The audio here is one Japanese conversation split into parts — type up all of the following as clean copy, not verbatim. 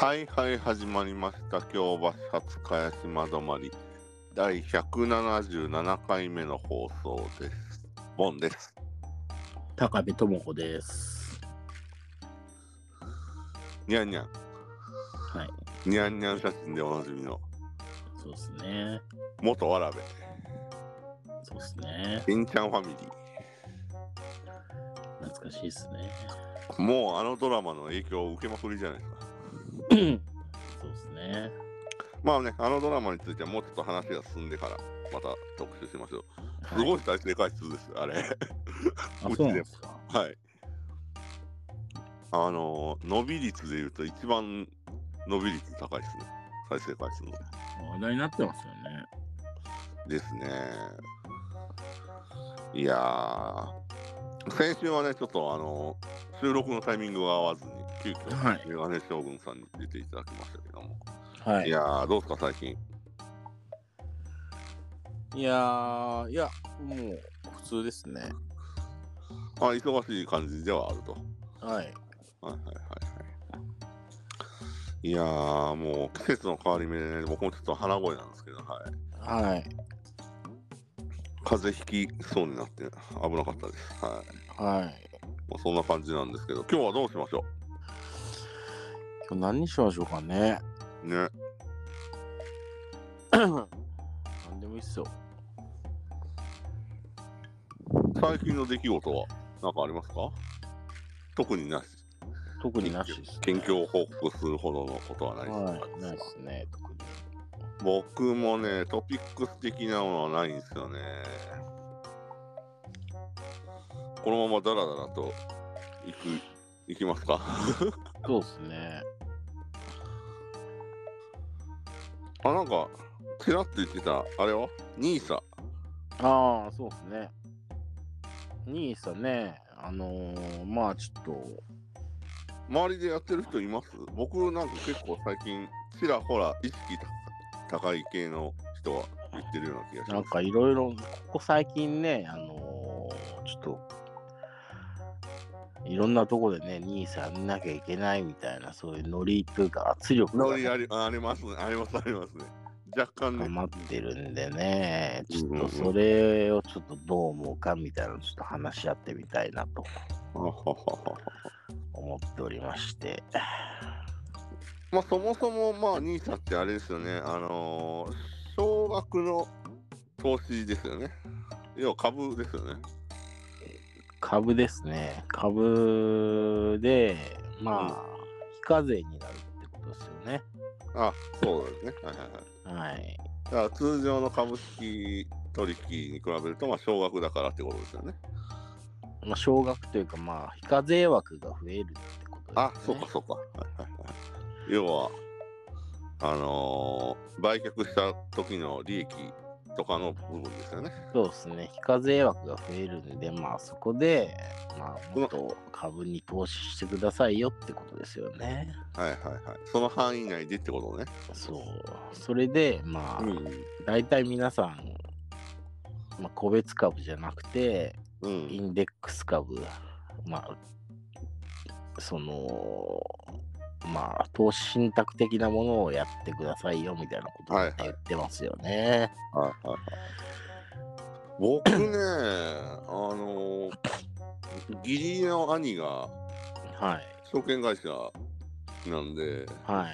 はいはい、始まりました。京橋初茅島止まり第177回目の放送です。ボンです。 高部智子です。 にゃんにゃん。 はい。 にゃんにゃん写真でおなじみの。 そうですね。 元わらべ。 そうですね。 インちゃんファミリ懐かしいですね。 ー。もうあのドラマの影響を受けまくりじゃないですか。 そうですね。 まあね、あのドラマについてはもうちょっと話が進んでからまた特集しましょう。すごい再生回数です、あれ。 あ、そうなんですか。 はい。伸び率でいうと一番伸び率高いですね。再生回数の。 話題になってますよね。 ですね。いやー、先週はね、ちょっと収録のタイミングが合わずに、急遽、メガネ将軍さんに出ていただきましたけども。はい。いやー、どうですか、最近。 いや、もう普通ですね。 忙しい感じではあると。 はい。はいはいはいはい。いやー、もう季節の変わり目でね、僕もちょっと鼻声なんですけど、はい。 はい。 風邪ひきそうになって危なかったです。はい。はい。まあ、そんな感じなんですけど、今日はどうしましょう。 今日何にしましょうかね。 ね。 何でもいいっすよ。 最近の出来事は何かありますか？特になし。 特になしですね。 近況報告するほどのことはないです。 はい、ないですね、特に。 僕もね、トピックス的なものはないんですよね。このままダラダラと行きますか。 そうですね。 なんかちらっと言ってたあれはニーサ。 ああ、そうですね。ニーサね、まあちょっと周りでやってる人います？僕なんか結構最近ちらほら意識高い系の人は言ってるような気がします。 なんかいろいろここ最近ね、ちょっといろんなところでね、ニーサやんなきゃいけないみたいな、そういうノリというか圧力が、ね、 ノリありますね。ありますね。若干ね。 溜まってるんでね、ちょっとそれをちょっとどう思うかみたいなのをちょっと話し合ってみたいなと思っておりまして。 まあそもそもまあニーサってあれですよね。少額の投資ですよね。要は株ですよね。 株ですね。株で、まあ、非課税になるってことですよね。 あ、そうですね。はい。だから通常の株式取引に比べると、まあ少額だからってことですよね。 まあ、少額というか、まあ、非課税枠が増えるってことですね。 あ、そうか。要は、売却した時の利益とかの部分ですよね。 そうですね。非課税枠が増えるんで、まあそこで、まあもっと株に投資してくださいよってことですよね。 はい。その範囲内でってことね。 そう。それで、まあ、大体皆さん、まあ、個別株じゃなくて、インデックス株、まあ、まあ、投資信託的なものをやってくださいよみたいなことを言ってますよね。 僕ね、義理の兄が証券会社なんで、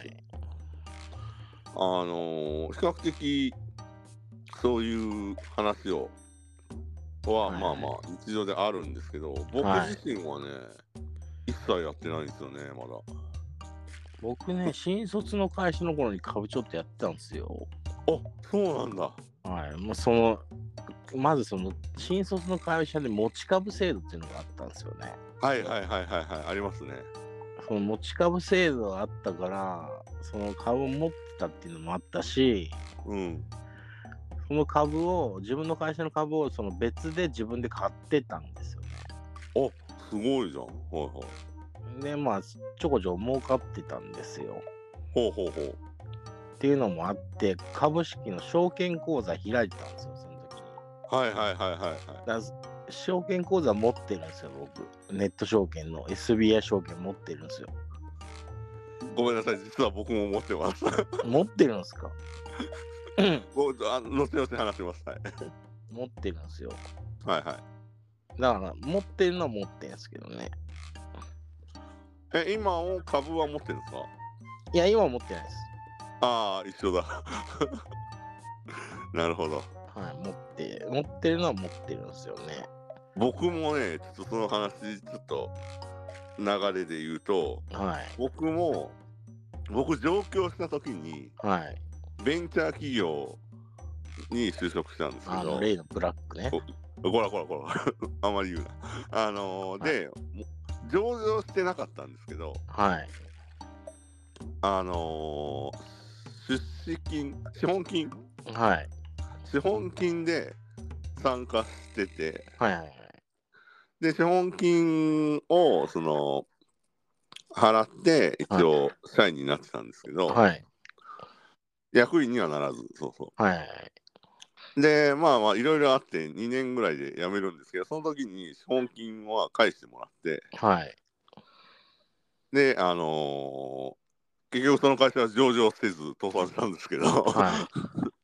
比較的そういう話はまあ日常であるんですけど、僕自身はね、一切やってないんですよね、まだ。 僕ね、新卒の会社の頃に株ちょっとやってたんですよ。 あ、そうなんだ。 はい。もうまず新卒の会社で持ち株制度っていうのがあったんですよね。 はい、ありますね。 その持ち株制度があったから、その株を持ってたっていうのもあったし、その株を、自分の会社の株を別で自分で買ってたんですよね。 すごいじゃん。 で、まあ、ちょこちょこ儲かってたんですよ。っていうのもあって、株式の証券口座開いてたんですよ、その時に。だから証券口座持ってるんですよ、僕。ネット証券の SBI 証券持ってるんですよ。 ごめんなさい、実は僕も持ってます。 持ってるんですか？ 後々話します。はい。 持ってるんですよ。 はいはい。 だから持ってるのは持ってるんですけどね。 今も株は持ってるんですか？ いや、今は持ってないです。 ああ、一緒だ。なるほど。 はい、持ってるのは持ってるんですよね。 僕もね、ちょっとその話、ちょっと流れで言うと、 はい。 僕上京した時に、 はい。 ベンチャー企業に就職したんですけど、 例のブラックね。 こらあまり言うな。で、上場してなかったんですけど、 はい。 出資金、資本金はい。 資本金で参加してて、 はいはいはい。 で、資本金を払って一応社員になってたんですけど、 はい。 役員にはならず、そうそはい。 う。で、まあいろいろあって2年ぐらいで辞めるんですけど、その時に資本金は返してもらって、 はい。 で、結局その会社は上場せず倒産したんですけど、 はい。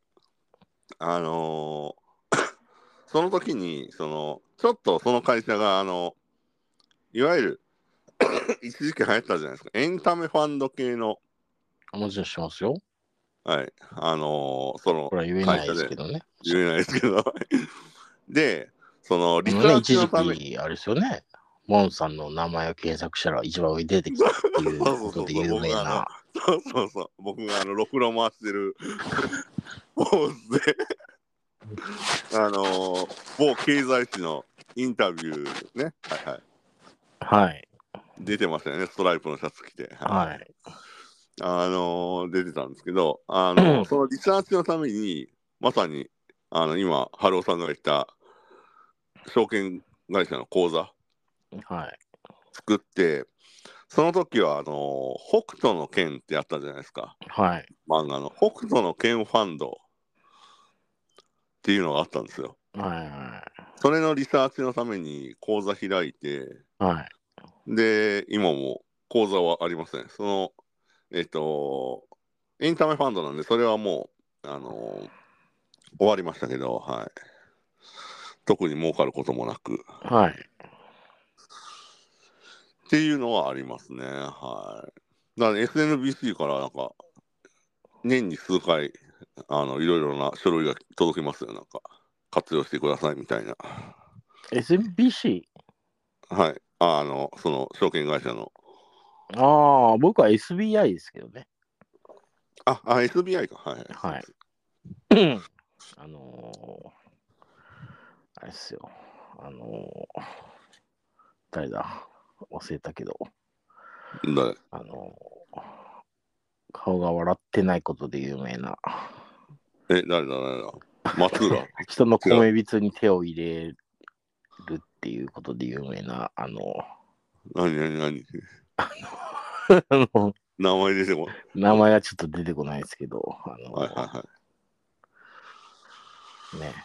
その時にちょっとその会社がいわゆる一時期流行ったじゃないですか、エンタメファンド系の、 もちろんしますよ。 はい、そのこれは言えないですけどね。 言えないですけどで、そのリサね、 ー一時チのために、 期、あれですよね。モンさんの名前を検索したら一番上に出てきたっていうことで有名な。 僕がろくろ回してるポーズで某経済誌のインタビューね、 はい。 出てましたよね、ストライプのシャツ着て。 はい。 出てたんですけど、そのリサーチのために、まさに、今、春尾さんが言った、証券会社の口座はい。 作って、その時は、北斗の拳ってあったじゃないですか。 はい。 漫画の。北斗の拳ファンドっていうのがあったんですよ。 はい。 それのリサーチのために口座開いて、 はい。 で、今も口座はありません。インタメファンドなんで、それはもう、終わりましたけど、はい。特に儲かることもなく。 はい。 っていうのはありますね。はい。だから SNBC からなんか、年に数回、いろいろな書類が届きますよ。なんか、活用してくださいみたいな。 SMBC？ はい。その証券会社の。 ああ、僕は SBI ですけどね。 SBI か。はい。 はい。あれっすよ。誰だ忘れたけど。 誰？ 顔が笑ってないことで有名な。 誰だ松浦。 人の米びつに手を入れるっていうことで有名な、 何名前出てこない。 名前はちょっと出てこないですけど、ね、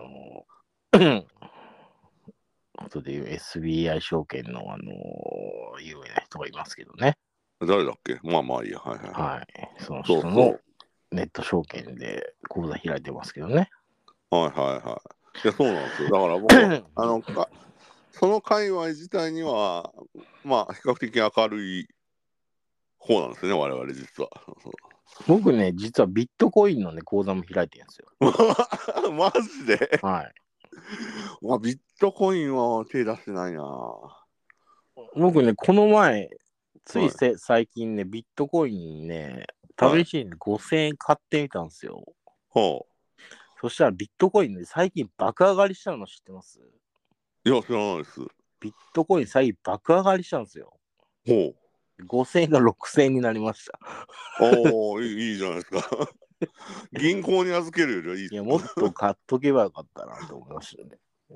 ことでいう SBI 証券の、有名な人がいますけどね。 誰だっけ？まあいいや。 はい。その人のネット証券で口座開いてますけどね。 いや、そうなんですよ。だから僕その界隈自体には、まあ、比較的明るい方なんですよね、我々実は。 僕ね、実はビットコインのね、口座も開いてるんですよ。 マジで？ はい。 ビットコインは手出してないな。 僕ね、この前、最近ね、ビットコインね、試しに5000円買ってみたんですよ。そしたらビットコインね、最近爆上がりしたの知ってます？ いや、知らないです。 ビットコイン最近爆上がりしたんですよ。5000円が6000円になりました。 いいじゃないですか。銀行に預けるよりはいいです。 いや、もっと買っとけばよかったなと思いましたね。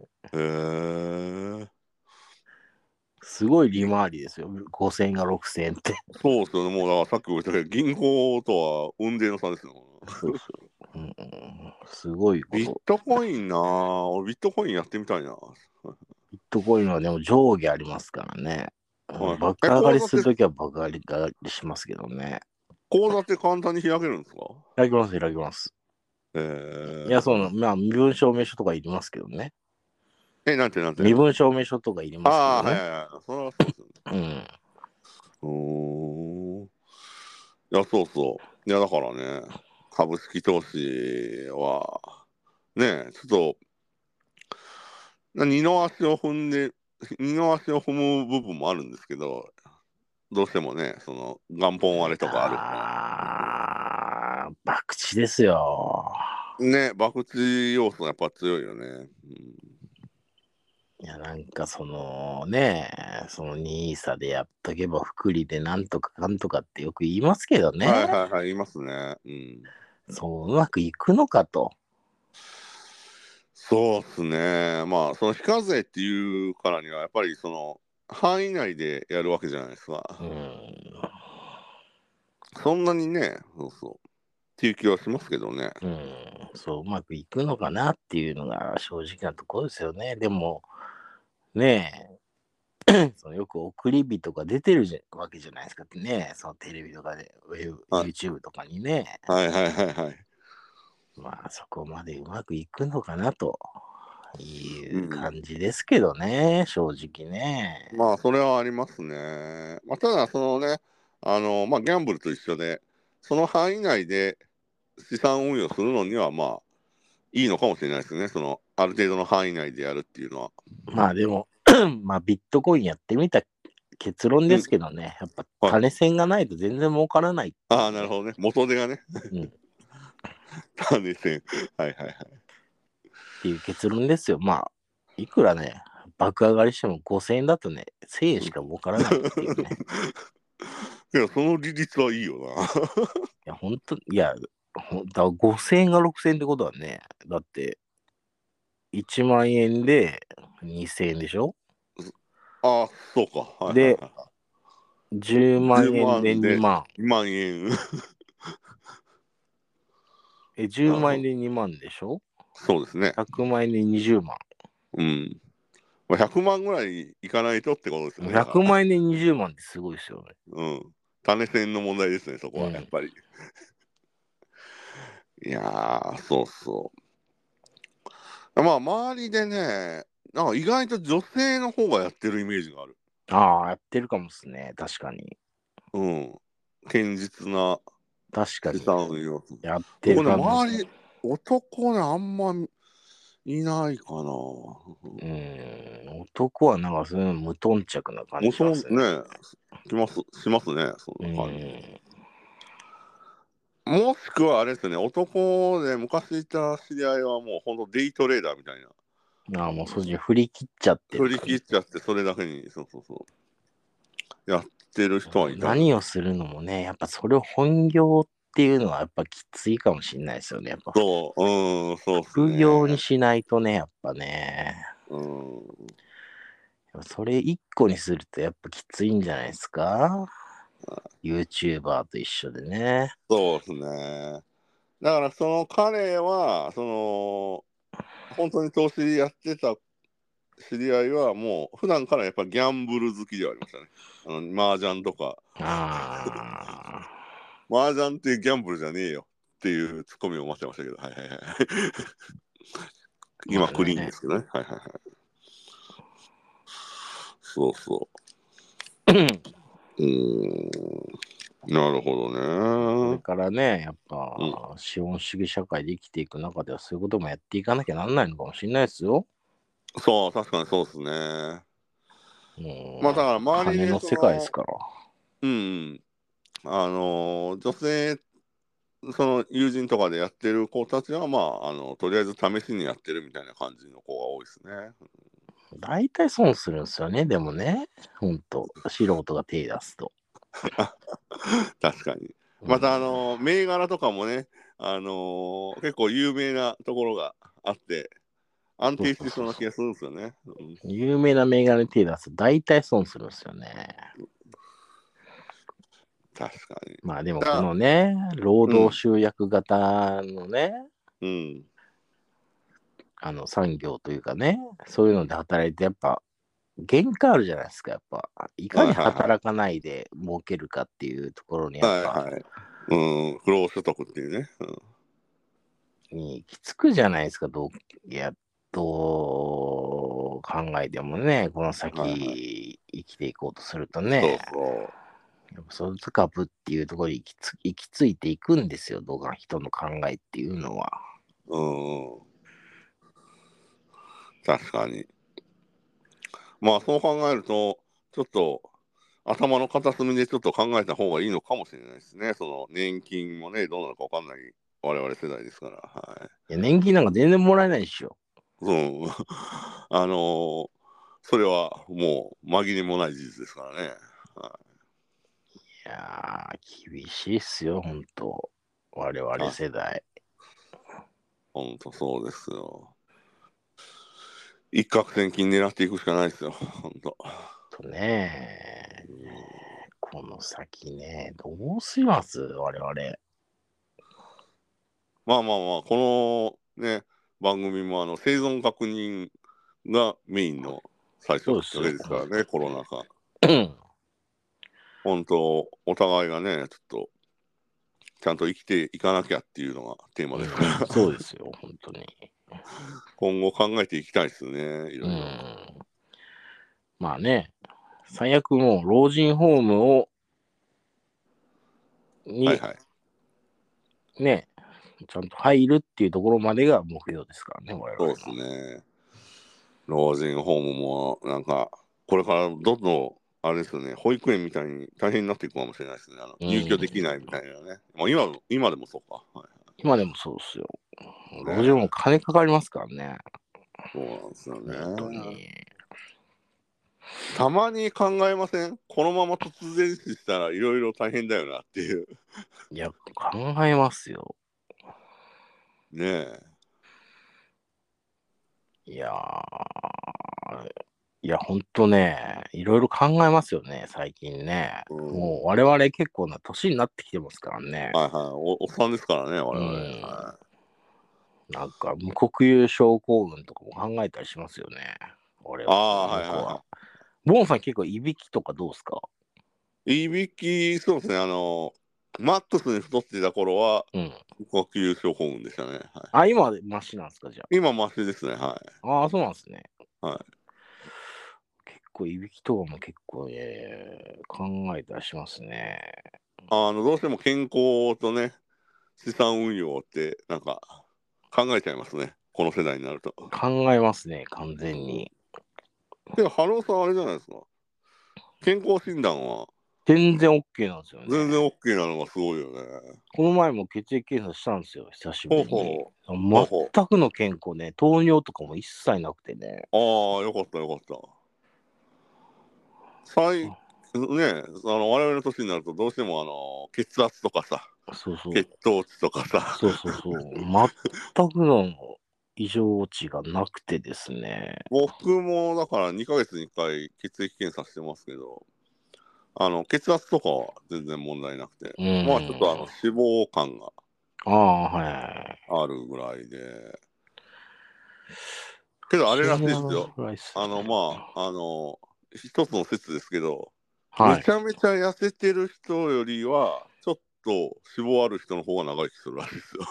すごい利回りですよ。5000円が6000円って。 そうですよね。もうだからさっきも言ったけど、銀行とは雲泥の差ですよ。 すごいこと。 ビットコインなぁ。ビットコインやってみたいな。 ビットコインはでも上下ありますからね。 爆上がりするときは爆上がりしますけどね。 口座って簡単に開けるんですか？ 開きます、開きます。いや、まあ、身分証明書とかいりますけどね。 なんて身分証明書とかいりますけどね。 はいはい。それはそうですよね。 いや、そうそう。いや、だからね、株式投資は、ね、ちょっと、二の足を踏む部分もあるんですけど、どうしてもね、その元本割れとかあるから。博打ですよ。 ね、博打要素がやっぱ強いよね。 いや、なんかそのね、そのニーサでやっとけば福利でなんとかかんとかってよく言いますけどね。 はいはいはい、言いますね。 そう、うまくいくのかと。 そうっすね。まあ、その非課税っていうからには、やっぱりその範囲内でやるわけじゃないですか。そんなにね、そうそう。っていう気はしますけどね。 そう、うまくいくのかなっていうのが正直なところですよね。でも、ねえ、そのよく送り火とか出てるわけじゃないですかってね、そのテレビとかで、YouTube とかにね。 はいはいはいはい。 まあ、そこまでうまくいくのかなという感じですけどね、正直ね。 まあ、それはありますね。まあ、ただ、そのね、まあ、ギャンブルと一緒で、その範囲内で資産運用するのには、まあ、いいのかもしれないですね。その、ある程度の範囲内でやるっていうのは。 まあでも、まあビットコインやってみた結論ですけどね、やっぱ種銭がないと全然儲からない、ね。 ああ、なるほどね。元手がね。種銭。はいはいはい。 っていう結論ですよ。まあ、いくらね、爆上がりしても5000円だとね、1000円しか儲からないっていうね。 いや、その利率はいいよな。 いや、本当いや、だ5000円が6000円ってことはね、だって1万円で2000円でしょ？ ああ、そうか。はいはいで、 はい。 10万 10 円で万で 2万。 2万円。 10万円で2万でしょ？ そうですね。 100 万円で20万。 100万ぐらいいかないとってことですよね。 100万円で20万ってすごいですよね。 種銭の問題ですね、そこは、やっぱり。いやー、そうそう。まあ、周りでね、なんか意外と女性の方がやってるイメージがある。 ああ、やってるかもっすね。確かに。 堅実な確かに。 資産運用。 やってる僕ね、 かも。 周り、男ね、あんまいないかな。 男はなんかそういうの無頓着な感じしますね。 しますね、そんな感じ。もしくはあれですね、男で昔いた知り合いはもうほんとデイトレーダーみたいな。 ああ、もうそっち振り切っちゃってる。 振り切っちゃって、それだけに、やってる人はいた。 何をするのもね、やっぱそれを本業っていうのはやっぱきついかもしれないですよね。やっぱそう、そうっすね。 副業にしないとね、やっぱね。それ一個にするとやっぱきついんじゃないですか？ YouTuber と一緒でね。 そうですね。だからその彼は、本当に投資やってた知り合いはもう普段からやっぱギャンブル好きではありましたね。麻雀とか。麻雀ってギャンブルじゃねえよっていうツッコミを待ってましたけど、はいはいはい。今クリーンですけどね。はいはいはい。そうそう。なるほどね。 これからね、やっぱ、資本主義社会で生きていく中ではそういうこともやっていかなきゃなんないのかもしれないですよ。 そう、確かにそうですね。まあだから周りで金の世界ですから。 女性、その友人とかでやってる子たちは、まあ、とりあえず試しにやってるみたいな感じの子が多いですね。 大体損するんですよね、でもね。ほんと、素人が手出すと。 確かに。また、銘柄とかもね、結構有名なところがあって、安定してそうな気がするんですよね。 有名な銘柄に手出すと大体損するんですよね。 確かに。 まあでもこのね、労働集約型のね、産業というかね、そういうので働いてやっぱ限界あるじゃないですか、やっぱ。いかに働かないで儲けるかっていうところにやっぱ、 はいはい。不労所得っていうね。 に行き着くじゃないですか、どう考えてもね、この先、 はいはい、 生きていこうとするとね。 そうそやっぱソルトカプっていうところに行き着いていくんですよ、動画の人の考えっていうのは。 確かに。まあそう考えると、ちょっと頭の片隅でちょっと考えた方がいいのかもしれないですね。その年金もね、どうなのか分かんない我々世代ですから。はい。 いや、年金なんか全然もらえないでしょ。 うん。それはもう紛れもない事実ですからね。はいやー、厳しいっすよ、ほんと。我々世代。 ほんとそうですよ。一攫千金狙っていくしかないですよ、ほんと。 ねこの先ね、どうします我々。 まあまあまあ、このね、番組も生存確認がメインの最初そうですよ、 きっかけですからね、コロナ禍。 うん。 本当、お互いがね、ちょっと、ちゃんと生きていかなきゃっていうのがテーマですから、 そうですよ、本当に。 今後考えていきたいですね、いろいろ。 まあね、最悪もう老人ホームにはいはい。 ね、ちゃんと入るっていうところまでが目標ですからね、我々の。 そうですね。老人ホームも、なんか、これからどんどん、あれですよね、保育園みたいに大変になっていくかもしれないですね。入居できないみたいなね。まあ、今でもそうか。はい、 今でもそうですよ。老人ね、 も金かかりますからね。 そうなんですよ本当ね。 に。 たまに考えません？このまま突然死したらいろいろ大変だよなっていう。 いや、考えますよ。 ねえ。 いやー、いや、ほんとね、いろいろ考えますよね、最近ね。もう我々結構な年になってきてますからね。 はいはい。おっさんですからね、我々。はなんか無呼吸症候群とかも考えたりしますよね。俺い。あは、 あ、はい僕は。 はいはボンさん結構いびきとかどうすか？ い。いびき、そうですね。マックスに太ってた頃は、 うん。 呼吸症候群でしたね。はあ、今でマシなんですか、じゃい。今、マシですね。はあ。ああ、そうなんですね。 い。はい。 結構いびきとかも結構考えたりしますね。 どうしても健康とね、資産運用って、なんか、考えちゃいますね。この世代になると。 考えますね、完全うん。 に。 けど、ハローさんあれじゃないですか。健康診断は全然 OK なんですよね。 全然 OK なのがすごいよね。 この前も血液検査したんですよ、久しぶほうりに。 ほう。ほうほう。 全くの健康ね、糖尿とかも一切なくてね。 ああ、よかったよかった。最あね、我々の年になるとどうしても血圧とかさ、 そうそう。 血糖値とかさ、 そうそうそう。全くの異常値がなくてですね。 僕もだから2ヶ月に1回血液検査してますけど、血圧とかは全然問題なくて、 うまあちょっとん。 脂肪肝がああ、はい。 あるぐらいで、けどあれらしいそれはですよ。 ぐらいっすよね。 一つの説ですけど、めはい。 ちゃめちゃ痩せてる人よりは、ちょっと脂肪ある人の方が長生きするらしいですよ。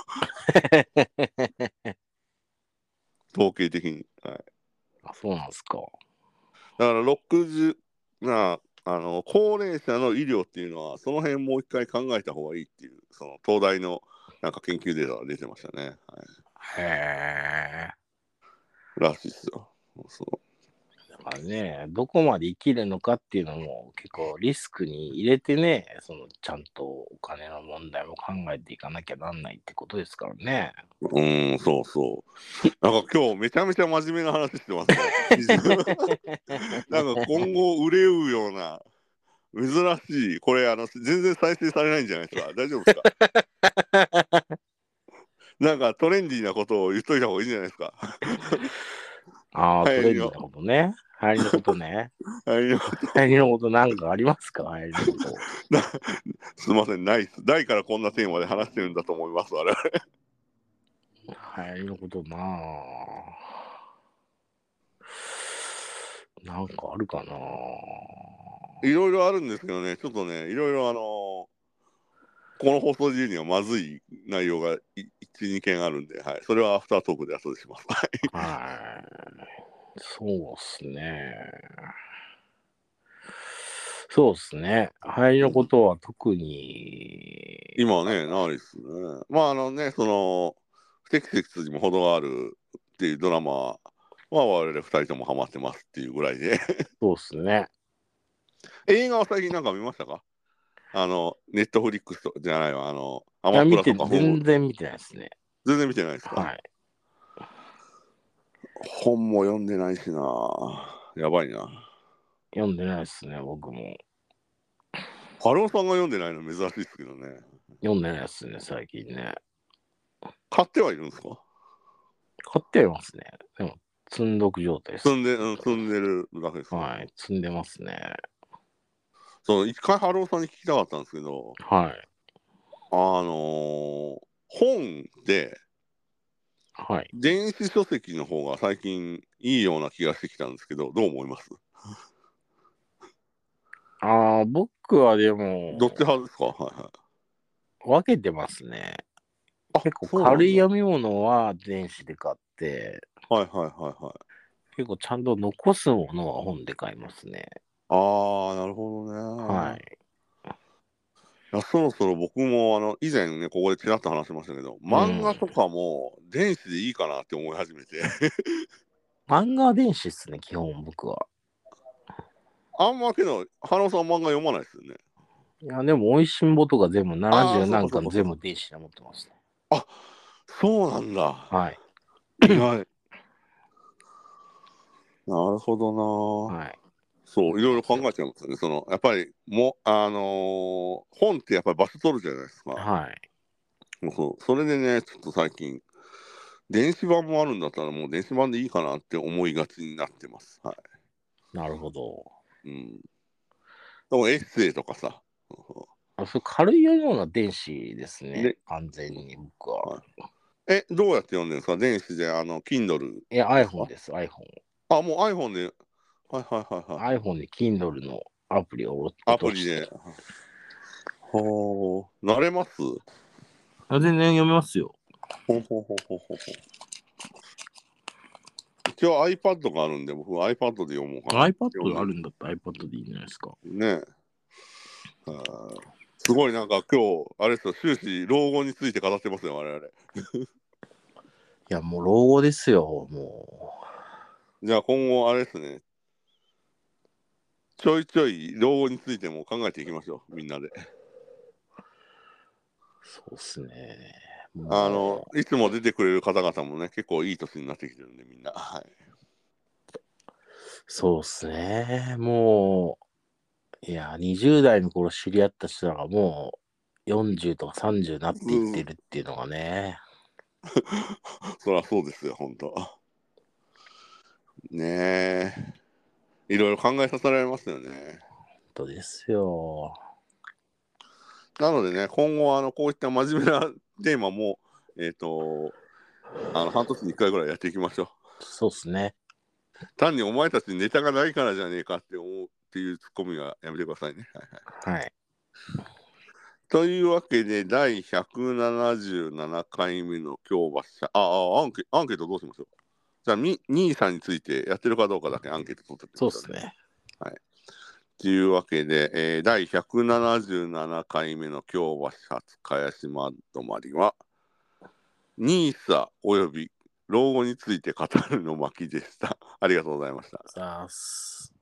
統計的に。はい。 あ、そうなんですか。 だから60な、高齢者の医療っていうのは、その辺もう一回考えた方がいいっていう、その東大のなんか研究データが出てましたね。はい。 へえ。 らしいですよ。そうだからね、どこまで生きるのかっていうのも結構リスクに入れてね、ちゃんとお金の問題も考えていかなきゃなんないってことですからね。 そうそう。なんか今日めちゃめちゃ真面目な話してますね。なんか今後売れうような珍しい、これ全然再生されないんじゃないですか。大丈夫ですか？なんかトレンディーなことを言っといた方がいいんじゃないですか。 ああ、 流行りの、 トレンディーなことね。流行りのことね。 流行りのこ流行りのことなんかありますか？流行りのこと。 と。すいません、ないっす。大からこんなテーマで話してるんだと思います、我々。 流行りのことなあ。 なんかあるかな。 いろいろあるんですけどね、ちょっとね、いろいろこの放送時にはまずい内容が1、2件あるんで、はい、それはアフタートークで後でします。 はい。そうっすね。そうっすね。入りのことは特に。 今はね、ないですね。まあね、不適切にも程があるっていうドラマは我々2人ともハマってますっていうぐらいで。 そうっすね。 映画は最近なんか見ましたか？ネットフリックスじゃないわ、アいや、 マプラとか全然見てないですね。 全然見てないですか？ はい。 本も読んでないしな。やばいな。 読んでないですね、僕も。 ハローさんが読んでないの珍しいですけどね。 読んでないですね、最近ね。 買ってはいるんですか？ 買ってはいますね。でも、積んどく状態です。 積んでるだけですか？ はい、積んでますね。 一回ハローさんに聞きたかったんですけど、 はい。 本で、 はい。 電子書籍の方が最近いいような気がしてきたんですけど、どう思います？ 僕はでも、 どっち派ですか？はいはい。 分けてますね。 あ、 結構そうなんだ。 軽い読み物は電子で買って、 はいはいはいはい。 結構ちゃんと残すものは本で買いますね。 ああ、なるほどね。 はい。 いや、そろそろ僕も以前ね、ここでちらっと話しましたけど、漫画とかも電子でいいかなって思い始めて。 漫画は電子っすね、基本僕は。 あんまけど、花尾さん漫画読まないですよね。 いや、でも、美味しんぼとか全部ああ、 70 そうか何巻全そうかそうか。 部電子で持ってますね。 あ、そうなんだ。 はい。 意外。なるほどな。 はい。 そう、いろいろ考えちゃいますよね。やっぱり、本ってやっぱり場所取るじゃないですか。 はい。 そう、それでね、ちょっと最近、電子版もあるんだったらもう電子版でいいかなって思いがちになってます。はなるほど。 い。うん。でもエッセイとかさ。 それ軽い読み物は電子ですね。 で、 完全に僕は。 はい、どうやって読んでるんですか？電子でKindle いや、 ですか？ iPhone です、iPhone。 あ、もう iPhone で、はいはいはいはい。 iPhone で Kindle のアプリを落アプリで。 として。 ほう、慣れます？ 全然読めますよ。 ほうほうほうほうほう。一応 iPad があるんで、僕は iPad で読もうかな。 iPad あるんだったら iPad でいいんじゃないですか。 ねえ。すごいなんか今日、あれですよ、終始老後について語ってますよ、我々。 いや、もう老後ですよ、もじゃあ今後、あれですね、ちょいちょい老後についても考えていきましょう、みんなで。 そうっすね。 いつも出てくれる方々もね、結構いい年になってきてるんで、みんな。はい。 そうっすね。もう、いや、20代の頃知り合った人がもう40とか30になっていってるっていうのがね。 そりゃそうですよ、本当。ねえ。いろいろ考えさせられますよね。 本当ですよ。 なのでね、今後こういった真面目なテーマも、半年に1回ぐらいやっていきましょう。 そうっすね。 単にお前たちネタがないからじゃねえかって思うっていうツッコミはやめてくださいね。はいはい。 はい。 というわけで、第177回目の京橋社、アンケートどうしましょう。じゃあ、兄さんについてやってるかどうかだけアンケート取ってってそうっすね。 はい。というわけで、第177回目の京橋初茅島止まりは、ニーサおよび老後について語るの巻でした。ありがとうございました。 さあ。